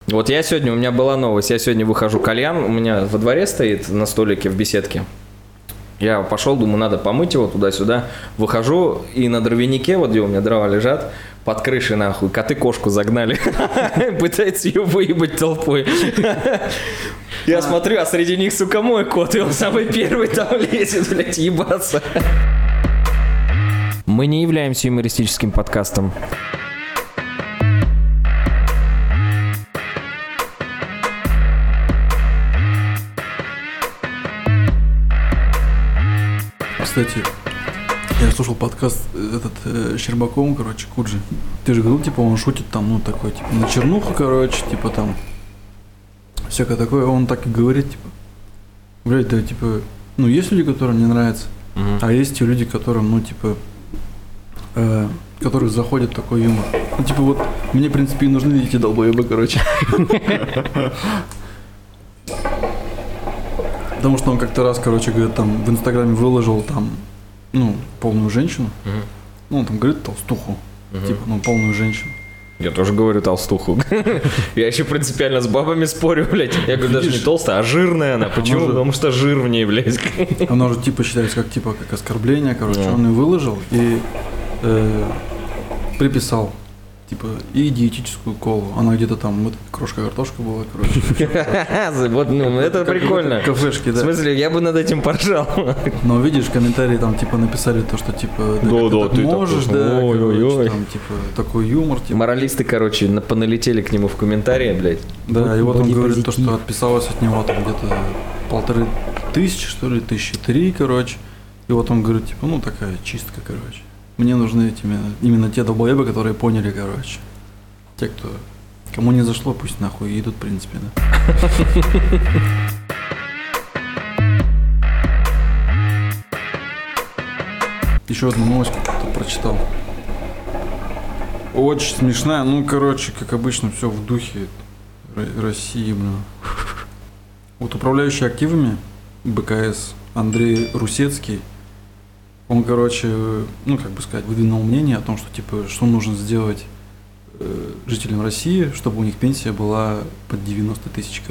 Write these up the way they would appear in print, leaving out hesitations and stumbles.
Вот у меня была новость, я сегодня выхожу, кальян у меня во дворе стоит на столике в беседке. Я пошел, думаю, надо помыть его туда-сюда. Выхожу, и на дровянике, вот где у меня дрова лежат, под крышей нахуй, коты кошку загнали. Пытаются ее выебать толпой. Я смотрю, а среди них, сука, мой кот, и он самый первый там лезет, блядь, ебаться. Мы не являемся юмористическим подкастом. Кстати, я слушал подкаст Щербакова, Куджи. Ты же говорил, типа, он шутит там, такой, типа, на чернуху, типа, там, всякое такое. Он так и говорит, типа, блядь, да, типа, есть люди, которым не нравится, а есть те люди, которым, которых заходит такой юмор. Типа, вот, мне, в принципе, и нужны эти долбоебы, Потому что он как-то раз, говорит, там в Инстаграме выложил там, полную женщину. Он там говорит толстуху, типа, полную женщину. Я тоже говорю толстуху. Я еще принципиально с бабами спорю, блядь. Я говорю, даже не толстая, а жирная она. Почему? Потому что жир в ней, блядь. Она же, типа, считается как оскорбление, Он ее выложил и приписал. Типа, и диетическую колу. Она где-то там, крошка картошка была, Вот, это прикольно. Кафешки, да. В смысле, я бы над этим поржал. Но видишь, комментарии там, типа, написали то, что, типа, да, ты можешь, да, там, типа, такой юмор, типа. Моралисты, поналетели к нему в комментарии, блядь. Да, и вот он говорит то, что отписалось от него там где-то 1500, что ли, 1003, И вот он говорит, типа, такая чистка, Мне нужны именно те долбоебы, которые поняли, Те, кому не зашло, пусть нахуй идут, в принципе, да. Еще одну новость как-то прочитал. Очень смешная, как обычно, все в духе России, Вот управляющий активами БКС Андрей Русецкий, он, выдвинул мнение о том, что, типа, что нужно сделать жителям России, чтобы у них пенсия была под 90 тысяч,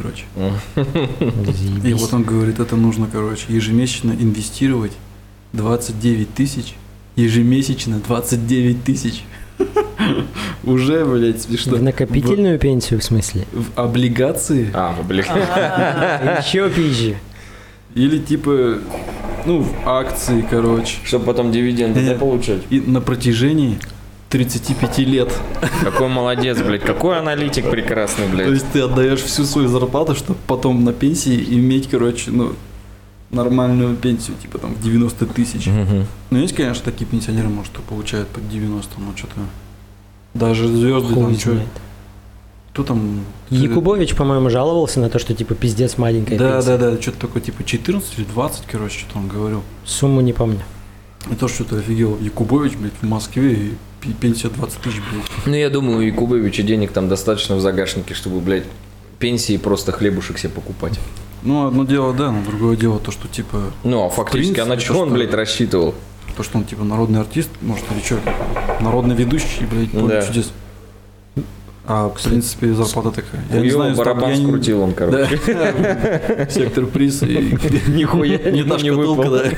И вот он говорит, это нужно, ежемесячно инвестировать 29 тысяч, ежемесячно 29 тысяч. Уже, блядь, смешно. В накопительную пенсию, в смысле? В облигации. В облигации. Еще пизже. Или, типа... в акции, Чтобы потом дивиденды получать. И на протяжении 35 лет. Какой молодец, блядь. Какой аналитик прекрасный, блядь. То есть ты отдаешь всю свою зарплату, чтобы потом на пенсии иметь, нормальную пенсию, типа там 90 тысяч. Есть, конечно, такие пенсионеры, может, кто получает под 90, что-то. Даже звезды там, что. Кто там? Якубович, по-моему, жаловался на то, что, типа, пиздец маленькая пенсия. Да, что-то такое, типа, 14 или 20, что-то он говорил. Сумму не помню. И то, что-то офигел. Якубович, блядь, в Москве, и пенсия 20 тысяч, блядь. Я думаю, у Якубовича денег там достаточно в загашнике, чтобы, блядь, пенсии просто хлебушек себе покупать. Одно дело, да, но другое дело то, что, типа... фактически, на что он, блядь, рассчитывал? То, что он, типа, народный артист, может, или что, народный ведущий, блядь, поле чудес. А, в принципе, зарплата такая. Я не знаю, барабан скрутил он, Сектор приз и нихуя не та шкатулка, да.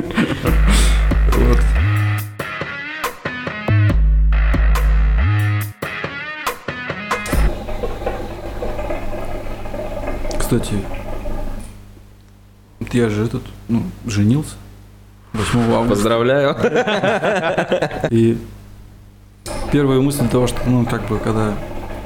Кстати, я же женился 8 августа. Поздравляю. И первая мысль того, что, когда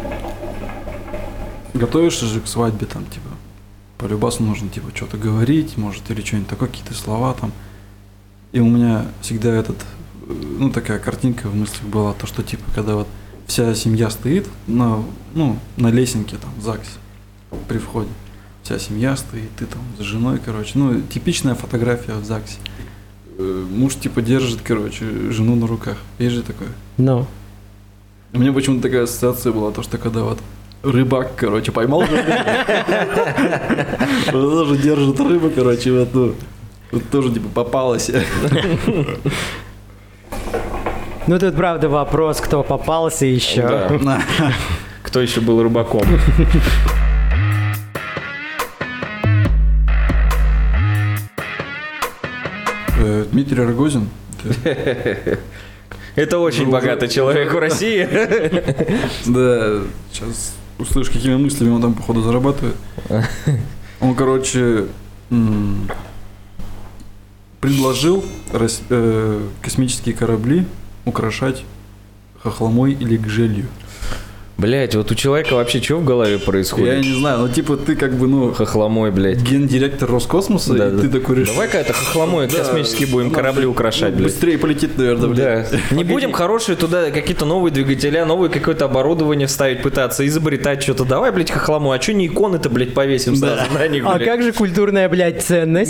готовишься же к свадьбе, там, типа, по-любасу нужно, типа, что-то говорить, может, или что-нибудь такое, какие-то слова там. И у меня всегда такая картинка в мыслях была, то, что, типа, когда вот вся семья стоит на лесенке, там, в ЗАГСе, при входе. Вся семья стоит, ты там с женой, типичная фотография в ЗАГСе. Муж, типа, держит, жену на руках. Есть же такое? У меня почему-то такая ассоциация была, то, что когда вот рыбак, поймал же. Он тоже держит рыбу, вот тоже, типа, попалась. Тут, правда, вопрос, кто попался еще. Да. Кто еще был рыбаком? Дмитрий Рогозин. Это очень богатый человек в России. Да, сейчас услышь, какими мыслями он там, походу, зарабатывает. Он, короче, предложил космические корабли украшать хохломой или гжелью. Блять, вот у человека вообще что в голове Я происходит? не знаю, ну типа ты как бы, Хохломой, блядь. гендиректор Роскосмоса, Да, и да. ты такой решил. Давай-ка это хохломой космические будем корабли украшать, блядь. Быстрее полетит, наверное, блядь. Да. Не будем хорошие туда какие-то новые двигателя, новое какое-то оборудование вставить, пытаться изобретать что-то. Давай, блядь, хохлому. А что не иконы-то, блядь, повесим сразу на них, А блядь? как же культурная, блядь, ценность?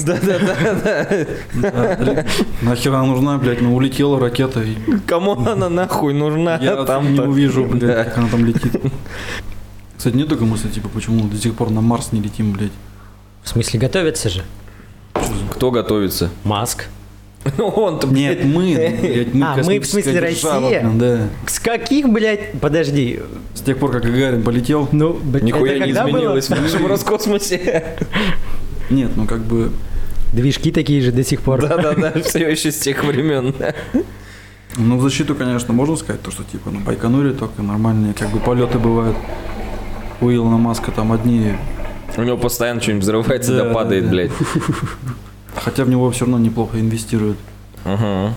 Нахер она нужна, блядь, ну улетела ракета, и Кому она нахуй нужна? я Там не увижу, блядь, как она там летит. Кстати, нет такой мысли, типа, почему до сих пор на Марс не летим, блядь? В смысле, готовятся же? Кто готовится? Маск. Ну он-то, Нет, мы, блядь, А, мы, в космическая смысле, держава, Россия? блин, да. С каких, блядь, подожди, С тех пор, как Гагарин полетел. ну, блядь, нихуя это не когда было? изменилось в нашем Роскосмосе. Нет, ну как бы... Движки такие же до сих пор. Да-да-да, все еще с тех времен. Ну, в защиту, конечно, можно сказать, то, что, типа, на Байконуре только нормальные, как бы, полеты бывают. У Илона Маска там одни... У него постоянно что-нибудь взрывается, да падает, да. блядь. Хотя в него все равно неплохо инвестируют. Угу. А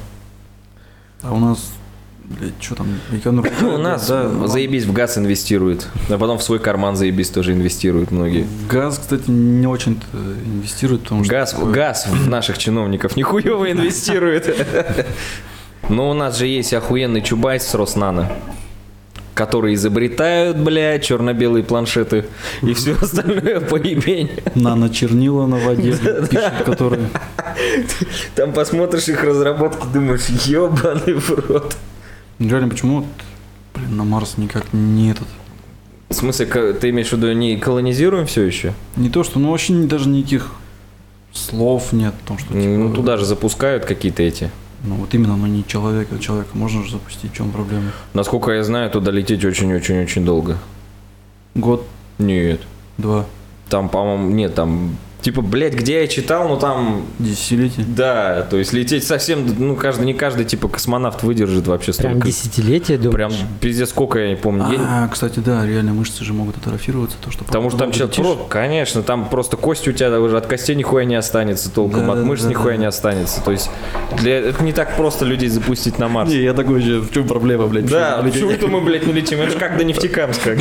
у нас, блядь, что там, Байконур... У нас заебись в газ инвестирует, а потом в свой карман заебись тоже инвестируют многие. В газ, кстати, не очень-то инвестируют, потому что... Газ в наших чиновников нихуево инвестирует. Но у нас же есть охуенный Чубайс с Роснано, которые изобретают, блядь, черно-белые планшеты и все остальное поебень. Нано-чернила на воде пишут, которые... Там посмотришь их разработки, думаешь, ебаный в рот. Реально, почему, вот, блин, на Марс никак не этот... В смысле, ты имеешь в виду, не колонизируем все еще? Не то, что, ну, вообще даже никаких слов нет о том, что... типа, Ну, туда же запускают какие-то эти. Ну, вот именно, но не человека. Человека можно же запустить, в чем проблема? Насколько я знаю, туда лететь очень-очень-очень долго. Год, Нет. 2, Там, по-моему, нет, там... Типа, блядь, где я читал, ну там... десятилетий. Да, то есть лететь совсем... Ну, не каждый, типа, космонавт выдержит вообще столько. Прям десятилетия, думаешь? Прям пиздец, сколько я не помню. Кстати, да, реально мышцы же могут атрофироваться, то, что... Потому что там летишь. конечно, там просто кость у тебя уже от костей нихуя не останется толком, Да, от мышц да, нихуя да. не останется. То есть это не так просто людей запустить на Марс. Не, я такой же, в чем проблема, блядь? Да, почему это мы, блядь, не летим? Это же как до Нефтекамска.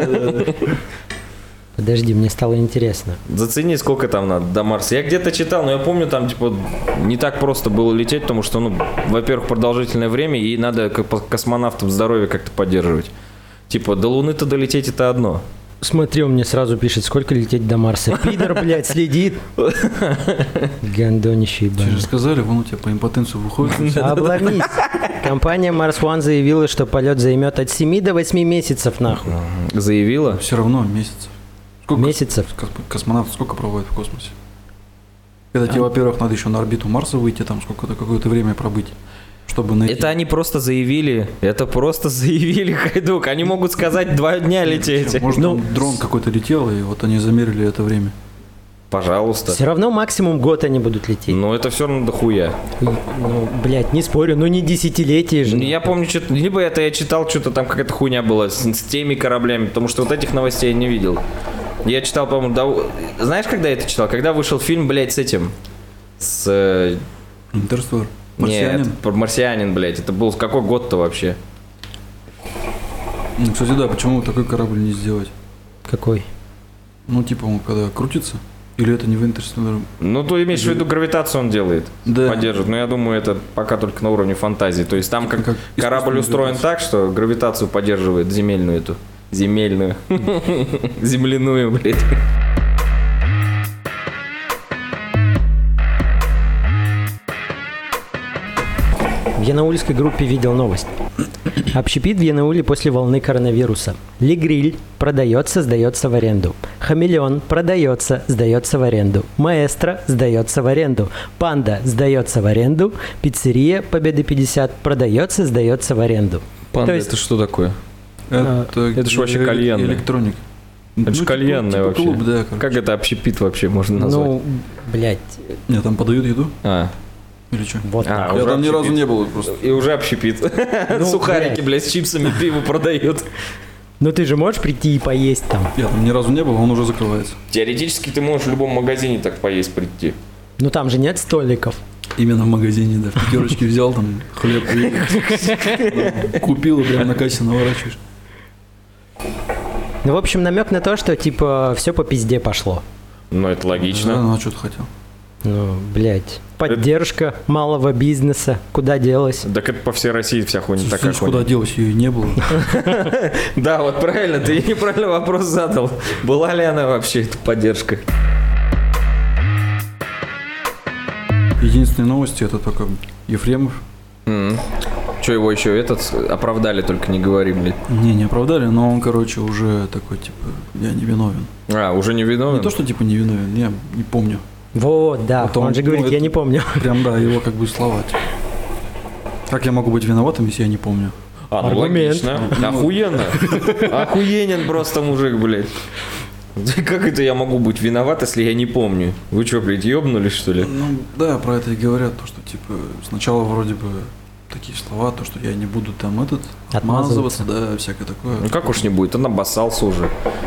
Подожди, мне стало интересно. Зацени, сколько там надо до Марса. Я где-то читал, но я помню, там, типа, не так просто было лететь, потому что, ну, во-первых, продолжительное время, и надо космонавтам здоровье как-то поддерживать. Типа, до Луны-то долететь это одно. Смотри, он мне сразу пишет, сколько лететь до Марса. Пидор, блядь, следит. Гандонище Тебе ебаный. же сказали, вон у тебя по импотенцию выходит. Обломись. Компания Mars One заявила, что полет займет от 7 до 8 месяцев, нахуй. Заявила? Все равно месяцев. Сколько Месяцев? космонавт сколько проводит в космосе? Это тебе, во-первых, надо еще на орбиту Марса выйти, там сколько-то какое-то время пробыть, чтобы найти. Это они просто заявили. Это просто заявили, Хайдук. Они могут сказать 2 дня лететь. Может, Ну, там дрон какой-то летел, и вот они замерили это время. Пожалуйста. Все равно максимум год они будут лететь. Но это все равно дохуя. Ну, блядь, не спорю, но не десятилетие же. Я помню, что-то, либо это я читал, что-то там какая-то хуйня была с теми кораблями, потому что вот этих новостей я не видел. Я читал, по-моему, знаешь, когда я это читал? Когда вышел фильм, блядь, с этим, с... Интерстеллар. Марсианин. Нет, про «Марсианин», блядь, это был какой год-то вообще? Ну, кстати, да, почему такой корабль не сделать? Какой? Ну, типа, он когда крутится, или это не в Интерстеллар? Ну, ты имеешь в виду, гравитацию он делает, Да. поддерживает, но я думаю, это пока только на уровне фантазии. То есть там как корабль искусственная устроен гравитация. так, что гравитацию поддерживает земельную эту. Земельную. Земляную, блядь. В янаульской группе видел новость. Общепит в Янауле после волны коронавируса. Легриль продается, сдается в аренду. Хамелеон продается, сдается в аренду. Маэстро сдается в аренду. Панда сдается в аренду. Пиццерия Победы 50 продается, сдается в аренду. Панда, То есть- это что такое? Это ж вообще кальянная. Электроник. Это ж кальянная вообще. Клуб, да, Как это общепит вообще можно назвать? Ну, блядь, Нет, там подают еду? А, Или что? вот. А, Я уже там ни разу общепит. не был просто. И уже общепит. Ну, Сухарики, блядь, с чипсами, пиво продают. Ну ты же можешь прийти и поесть там. Я там ни разу не был, он уже закрывается. Теоретически ты можешь в любом магазине так поесть прийти. Ну там же нет столиков. Именно в магазине, да, в пятерочке взял там хлеб и купил и прямо на кассе наворачиваешь. Ну, в общем, намек на то, что, типа, все по пизде пошло. Ну, это Да, логично. ну а что ты хотел? Ну, блядь. Поддержка малого бизнеса. Куда делась? Так это по всей России вся хуйня такая Знаешь, куда хуйня. делась, ее и не было. Да, вот правильно, ты неправильно вопрос задал. Была ли она вообще, эта поддержка? Единственные новости это только Ефремов. Че его еще этот оправдали, только не говори, блядь. Не оправдали, но он, короче, уже такой, типа, я не виновен. А, уже не виновен? Не то, что, типа, не виновен, я не помню. Вот, да. Вот Он же говорит, ну, я это не помню. Прям, да, его как бы слова. Типа. Как я могу быть виноватым, если я не помню? А, ну Аргумент. логично. Охуенно. Охуенен просто мужик, блядь. Как это я могу быть виноват, если я не помню? Вы что, блядь, ёбнулись, что ли? Ну, да, про это и говорят, то, что, типа, сначала вроде бы такие слова, то, что я не буду там отмазываться, да, всякое такое. Ну как уж не будет, он обоссался уже.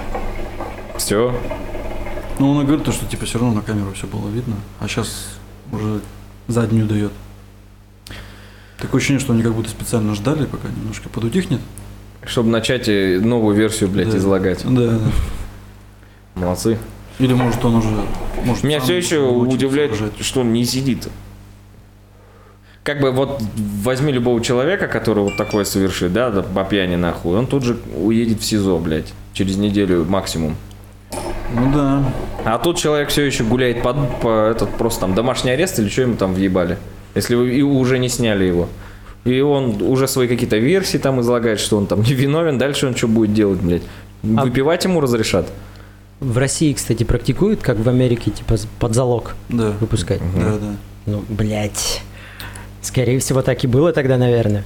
Все. Ну, он и говорит, то, что, типа, все равно на камеру все было видно, а сейчас уже заднюю дает. Такое ощущение, что они как будто специально ждали, пока немножко подутихнет. Чтобы начать новую версию, блядь, Да. излагать. Да. Молодцы. Или, может, он уже... Может, Меня сам все еще научится удивляет, выражать. что он не сидит. Как бы вот возьми любого человека, который вот такое совершит, да, по пьяни нахуй, он тут же уедет в СИЗО, блядь, через неделю максимум. Ну да. А тут человек все еще гуляет по этот просто там домашний арест или что ему там въебали, если вы и уже не сняли его. И он уже свои какие-то версии там излагает, что он там не виновен, дальше он что будет делать, блядь? Выпивать ему разрешат? В России, кстати, практикуют, как в Америке, типа, под залог Да. выпускать. Да, да. Ну, блядь. Скорее всего, так и было тогда, наверное.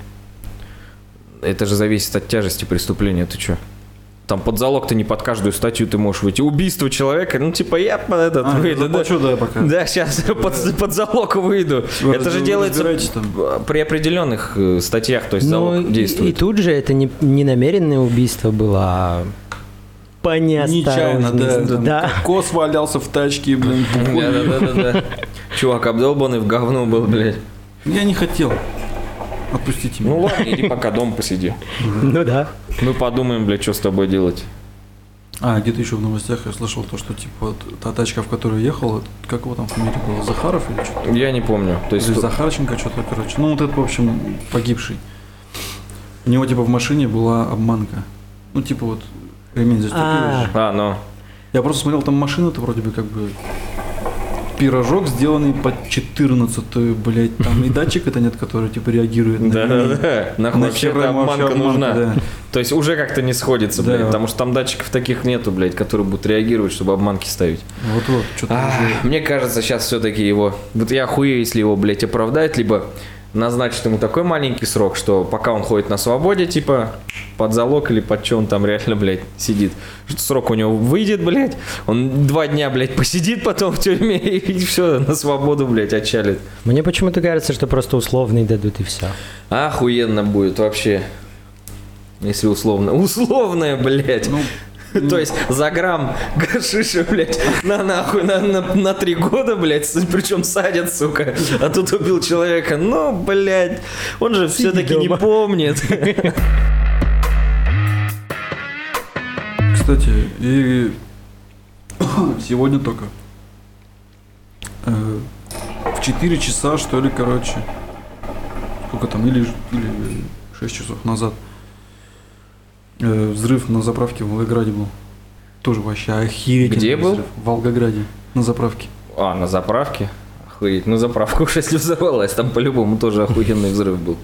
Это же зависит от тяжести преступления, ты чё? Там под залог-то не под каждую статью ты можешь выйти. Убийство человека, ну типа я под этот выйду. Заплачу, да, пока. Да, сейчас под залог выйду. Вы Это же делается разбираетесь там. при определенных статьях, то есть Ну, залог и действует. тут же это не намеренное убийство было, а по Нечаянно, да. неосторожности. Там Да. кокос валялся в тачке, блин. Да. Чувак обдолбанный в говно был, блядь. Я не хотел. Отпустите меня. Ну ладно, иди пока дома посиди. Ну да. Мы подумаем, блядь, что с тобой делать. А, где-то еще в новостях я слышал то, что типа вот, та тачка, в которой ехал, как его там фамилия была, Захаров или что-то? Я не помню. То есть Или Захарченко, что-то, короче. Ну, вот это, в общем, погибший. У него, типа, в машине была обманка. Ну, типа, вот, ремень застегиваешь. ну. Я просто смотрел, там машина-то вроде бы как бы пирожок, сделанный под 14-ю, блядь. Там и датчик это нет, который, типа, реагирует на ремень. Да. Нахуй вообще Нахера эта ему вообще обманка нужна. да. То есть уже как-то не сходится, Да. блядь, потому что там датчиков таких нету, блядь, которые будут реагировать, чтобы обманки ставить. Вот-вот, что-то уже... Мне кажется, сейчас все-таки его... Вот я охуею, если его, блядь, оправдают, либо назначат ему такой маленький срок, что пока он ходит на свободе, типа, под залог или под что он там реально, блядь, сидит. Что срок у него выйдет, блядь, он 2 дня, блядь, посидит потом в тюрьме и все, на свободу, блядь, отчалит. Мне почему-то кажется, что просто условный дадут и все. Охуенно будет вообще. Если условно. Условное, блядь. То есть за грамм гашиша, блядь, на 3 года, блядь, причем садят, сука. А тут убил человека. Ну, блядь, он же все-таки не дома. помнит. Кстати, и сегодня только в 4 часа, что ли, короче, сколько там, или 6 часов назад взрыв на заправке в Волгограде был. Тоже вообще охерительный Где был? взрыв. В Волгограде, на заправке. А, на заправке? Охуеть. Ну, заправка уж если взорвалась, там по-любому тоже охуенный взрыв был.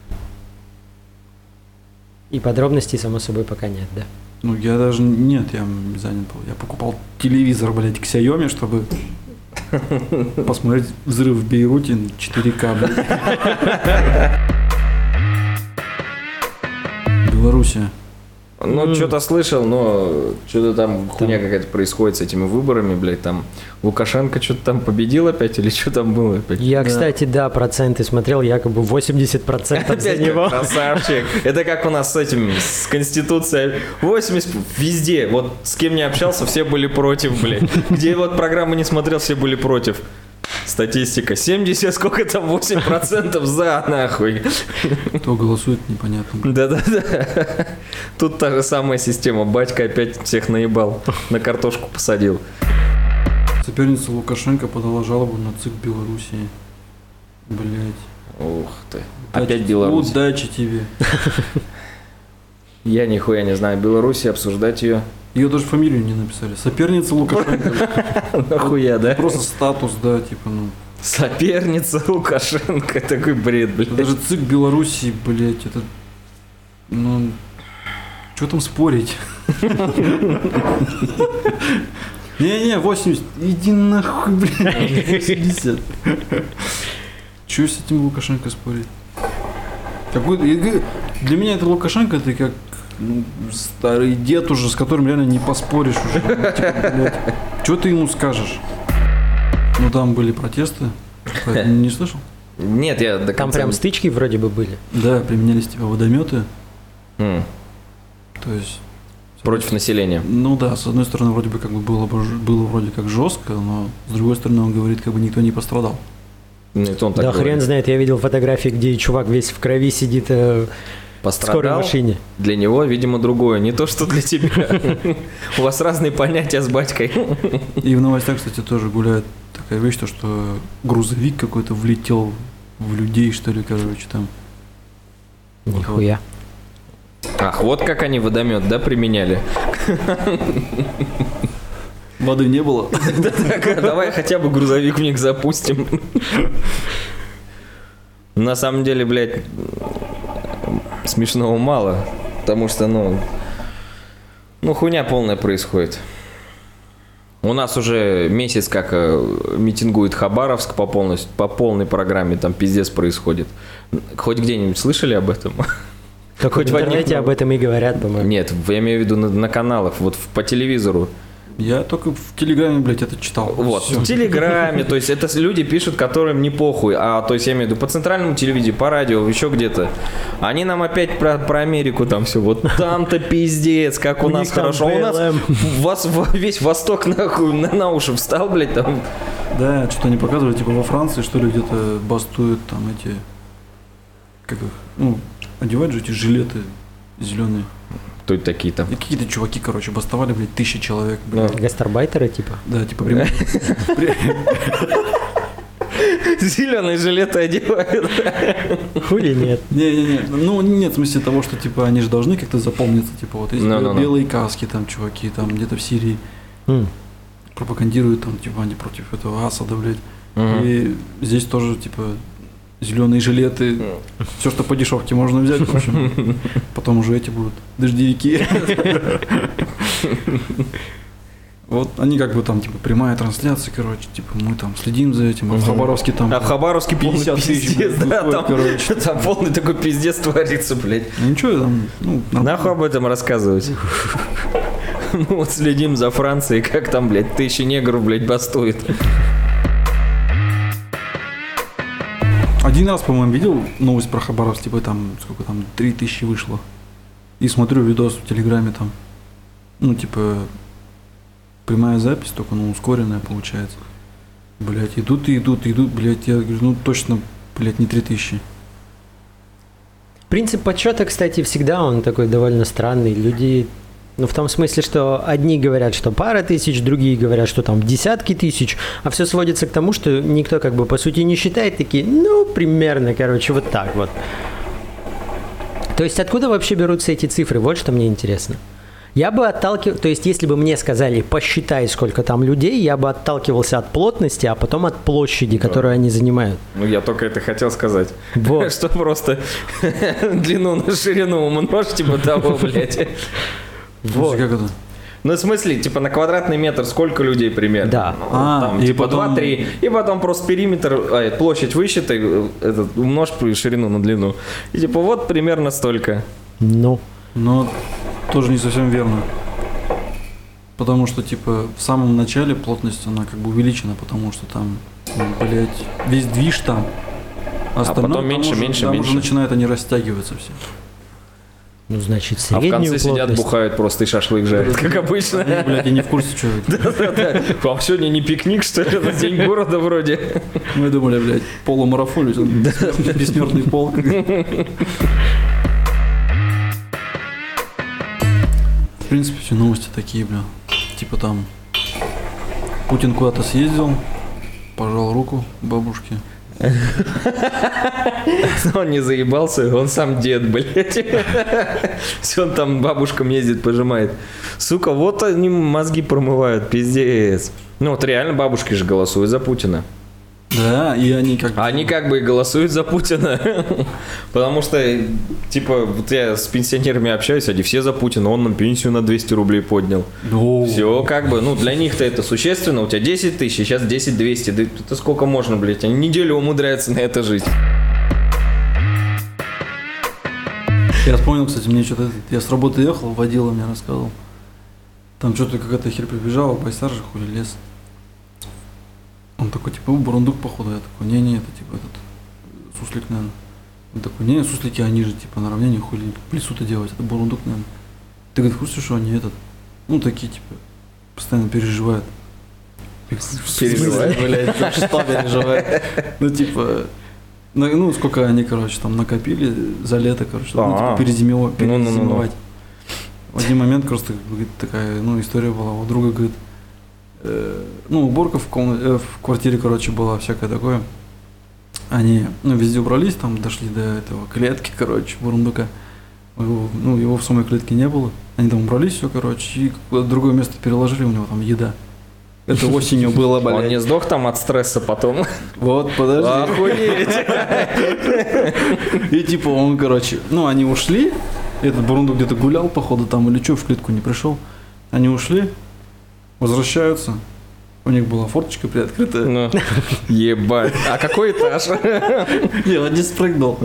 И подробностей, само собой, пока нет, да. Ну, я даже... Нет, я занят был. Я покупал телевизор, блядь, к Xiaomi, чтобы посмотреть взрыв в Бейруте 4К, блядь. Белоруссия. Ну, что-то слышал, но что-то там хуйня какая-то происходит с этими выборами, блядь, там Лукашенко что-то там победил опять или что там было опять? Я, кстати, да, проценты смотрел, якобы 80% за Опять него. красавчик. Это как у нас с этим, с Конституцией. 80 везде. Вот с кем не общался, все были против, блядь. Где вот программы не смотрел, все были против. Статистика. 70, сколько там, 8% за, нахуй. Кто голосует, непонятно. Да-да-да. Тут та же самая система. Батька опять всех наебал. На картошку посадил. Соперница Лукашенко подала жалобу на ЦИК Белоруссии. Блять. Ух ты. Опять Беларусь. Удачи тебе. Я нихуя не знаю Беларуси, обсуждать ее. Ее даже фамилию не написали. Соперница Лукашенко. Нахуя, да? Просто статус, да, типа, ну. Соперница Лукашенко. Такой бред, блядь. Даже ЦИК Белоруссии, блять, это. Ну. Что там спорить? Не-не, 80. Иди нахуй, блядь. 80. Чего с этим Лукашенко спорить? Для меня это Лукашенко, это как старый дед уже, с которым реально не поспоришь уже. Что ты ему скажешь? Ну там были протесты. Не слышал? Нет, я до конца... Там прям стычки вроде бы были. Да, применялись типа водометы. То есть... Против населения. Ну да, с одной стороны, вроде бы как бы было вроде как жестко, но с другой стороны, он говорит, как бы никто не пострадал. Нет, он так Да говорит. хрен знает, я видел фотографии, где чувак весь в крови сидит в скорой машине. Для него, видимо, другое. Не то, что для тебя. У вас разные понятия с батькой. И в новостях, кстати, тоже гуляет такая вещь, то, что грузовик какой-то влетел в людей, что ли, короче, там. Нихуя. Ах, вот как они водомет, да, применяли? Воды не было. Давай хотя бы грузовик в них запустим. На самом деле, блядь, смешного мало. Потому что, ну, хуйня полная происходит. У нас уже месяц как митингует Хабаровск по полной программе, там пиздец происходит. Хоть где-нибудь слышали об этом? Только в интернете об этом и говорят, по-моему. Нет, я имею в виду на каналах, вот по телевизору. Я только в Телеграме, блядь, это читал. Вот, Всё. в Телеграме, то есть это люди пишут, которым не похуй, то есть я имею в виду по центральному телевидению, по радио, еще где-то. Они нам опять про Америку там все, вот там-то пиздец, как у нас хорошо. У нас весь Восток нахуй на уши встал, блядь, там. Да, что-то они показывали, типа во Франции, что ли, где-то бастуют там эти, как их, ну, одевают же эти жилеты зеленые. Кто это такие там? И какие-то чуваки, короче, бастовали, блядь, 1000 человек, блядь. Гастарбайтеры, типа? Да, типа Зеленые жилеты одевают. Хули нет. Не-не-не, ну нет, в смысле того, что, типа, они же должны как-то запомниться, типа, вот эти белые каски, там, чуваки, там, где-то в Сирии пропагандируют, там, типа, они против этого Асада, блядь. И здесь тоже, типа, зеленые жилеты, все, что по дешевке можно взять, в общем. Потом уже эти будут дождевики. Вот они как бы там, типа, прямая трансляция, короче, типа, мы там следим за этим, а в Хабаровске там... А в Хабаровске полный 50 тысяч, пиздец, да, выходит, короче. там полный такой пиздец творится, блядь. Ну ничего, там, ну... Нахуй об этом рассказывать? Ну вот следим за Францией, как там, блядь, 1000 негров, блядь, бастует. Один раз, по-моему, видел новость про Хабаровск, типа там, сколько там, 3000 вышло. И смотрю видос в Телеграме там, ну, типа, прямая запись, только, ну, ускоренная получается. Блять, идут, блять, я говорю, ну, точно, блять, не 3000. Принцип подсчета, кстати, всегда он такой довольно странный. Люди, ну, в том смысле, что одни говорят, что пара тысяч, другие говорят, что там десятки тысяч, а все сводится к тому, что никто как бы по сути не считает, такие, ну, примерно, короче, вот так вот. То есть откуда вообще берутся эти цифры? Вот что мне интересно. Я бы отталкивался, то есть если бы мне сказали, посчитай, сколько там людей, я бы отталкивался от плотности, а потом от площади, которую они занимают. Ну, я только это хотел сказать. Вот. Что просто длину на ширину умножь, типа того, блядь. Вот. Как это? Ну, в смысле, типа на квадратный метр сколько людей примерно? Да. Там, и типа потом... 2-3. И потом просто периметр, площадь высчитай, умножь ширину на длину. И типа вот примерно столько. Ну. Но тоже не совсем верно. Потому что, типа, в самом начале плотность, она как бы увеличена, потому что там, блядь, весь движ там. Остальное, потом меньше, там уже, меньше, там меньше. уже начинают они растягиваться все. Ну, значит, А в среднюю конце сидят, плотность. бухают просто и шашлык жарят, как обычно. Они, блядь, я не в курсе, что это. Да-да-да. Вам сегодня не пикник, что ли? Это день города вроде. Мы думали, блядь, полумарафон, бессмертный полк. В принципе, все новости такие, бля. Типа там Путин куда-то съездил, пожал руку бабушке. Он не заебался, он сам дед, блядь. Все, он там бабушкам ездит, пожимает. Сука, вот они мозги промывают, пиздец. Ну вот реально бабушки же голосуют за Путина. Да, и они как бы... Они как бы и голосуют за Путина. Потому что, типа, вот я с пенсионерами общаюсь, они все за Путина, он нам пенсию на 200 рублей поднял. Ну, Все как бы, ну для них-то это существенно, у тебя 10 тысяч, сейчас 10 200, да это сколько можно, блядь, они неделю умудряются на это жить. я вспомнил, кстати, мне что-то... Я с работы ехал, водила мне рассказывал. Там что-то какая-то херь прибежала, байсар же хули лес. Он такой, типа, бурундук, походу. Я такой, не-не, это типа этот суслик, наверное. Он такой, не, суслики, они же типа на равнине хули в лесу-то делать, это бурундук, наверное. Ты говоришь, в курсе, что они этот, ну такие, типа, постоянно переживают. Переживают? Блядь, что переживают? Ну, типа, ну, сколько они, короче, там накопили за лето, короче, ну, типа, перезимовать. В один момент просто, говорит, такая, ну, история была, у друга, говорит, ну, уборка в квартире, короче, была, всякое такое. Они, ну, везде убрались, там, дошли до этого клетки, короче, бурундука. Его в самой клетке не было. Они там убрались все, короче, и в другое место переложили, у него там еда. Это осенью было, блядь. Он не сдох там от стресса потом? Вот, подожди. Охуеть! И типа он, короче, ну, они ушли, этот бурундук где-то гулял, походу, там, или что, в клетку не пришел. Они ушли, возвращаются. У них была форточка приоткрытая. Ну, ебать. А какой этаж? Не, он не спрыгнул.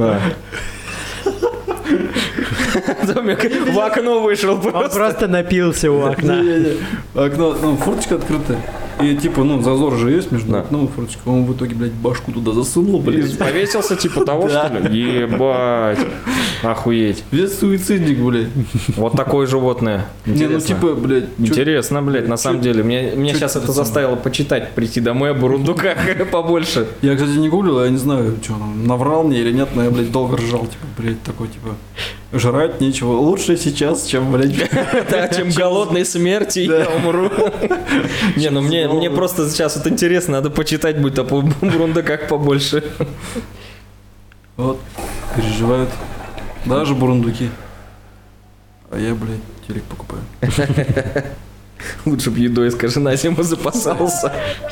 Домик в окно вышел Он просто. просто напился у окна. Не-не-не. Окно, ну, форточка открытая. И типа, ну, зазор же есть между Да. окном и форточкой. Он в итоге, блядь, башку туда засунул, блядь. Повесился типа того, Да. что ли? Ебать. Охуеть. Весь суицидник, блядь. Вот такое животное. Не, ну Интересно. типа, блядь. Интересно, блядь, на самом деле. Меня чё сейчас это это самое? заставило почитать, прийти домой о бурундуках побольше. Я, кстати, не гуглил, я не знаю, что он наврал мне или нет, но я, блядь, долго ржал, типа, блядь, такой, типа, жрать нечего. Лучше сейчас, чем, блядь, Да, чем голодной смерти я умру. Не, ну мне просто сейчас вот интересно, надо почитать будет о бурундуках побольше. вот, переживают. Даже бурундуки. А я, блядь, телек покупаю. Лучше б едой, скажи, на зиму запасался.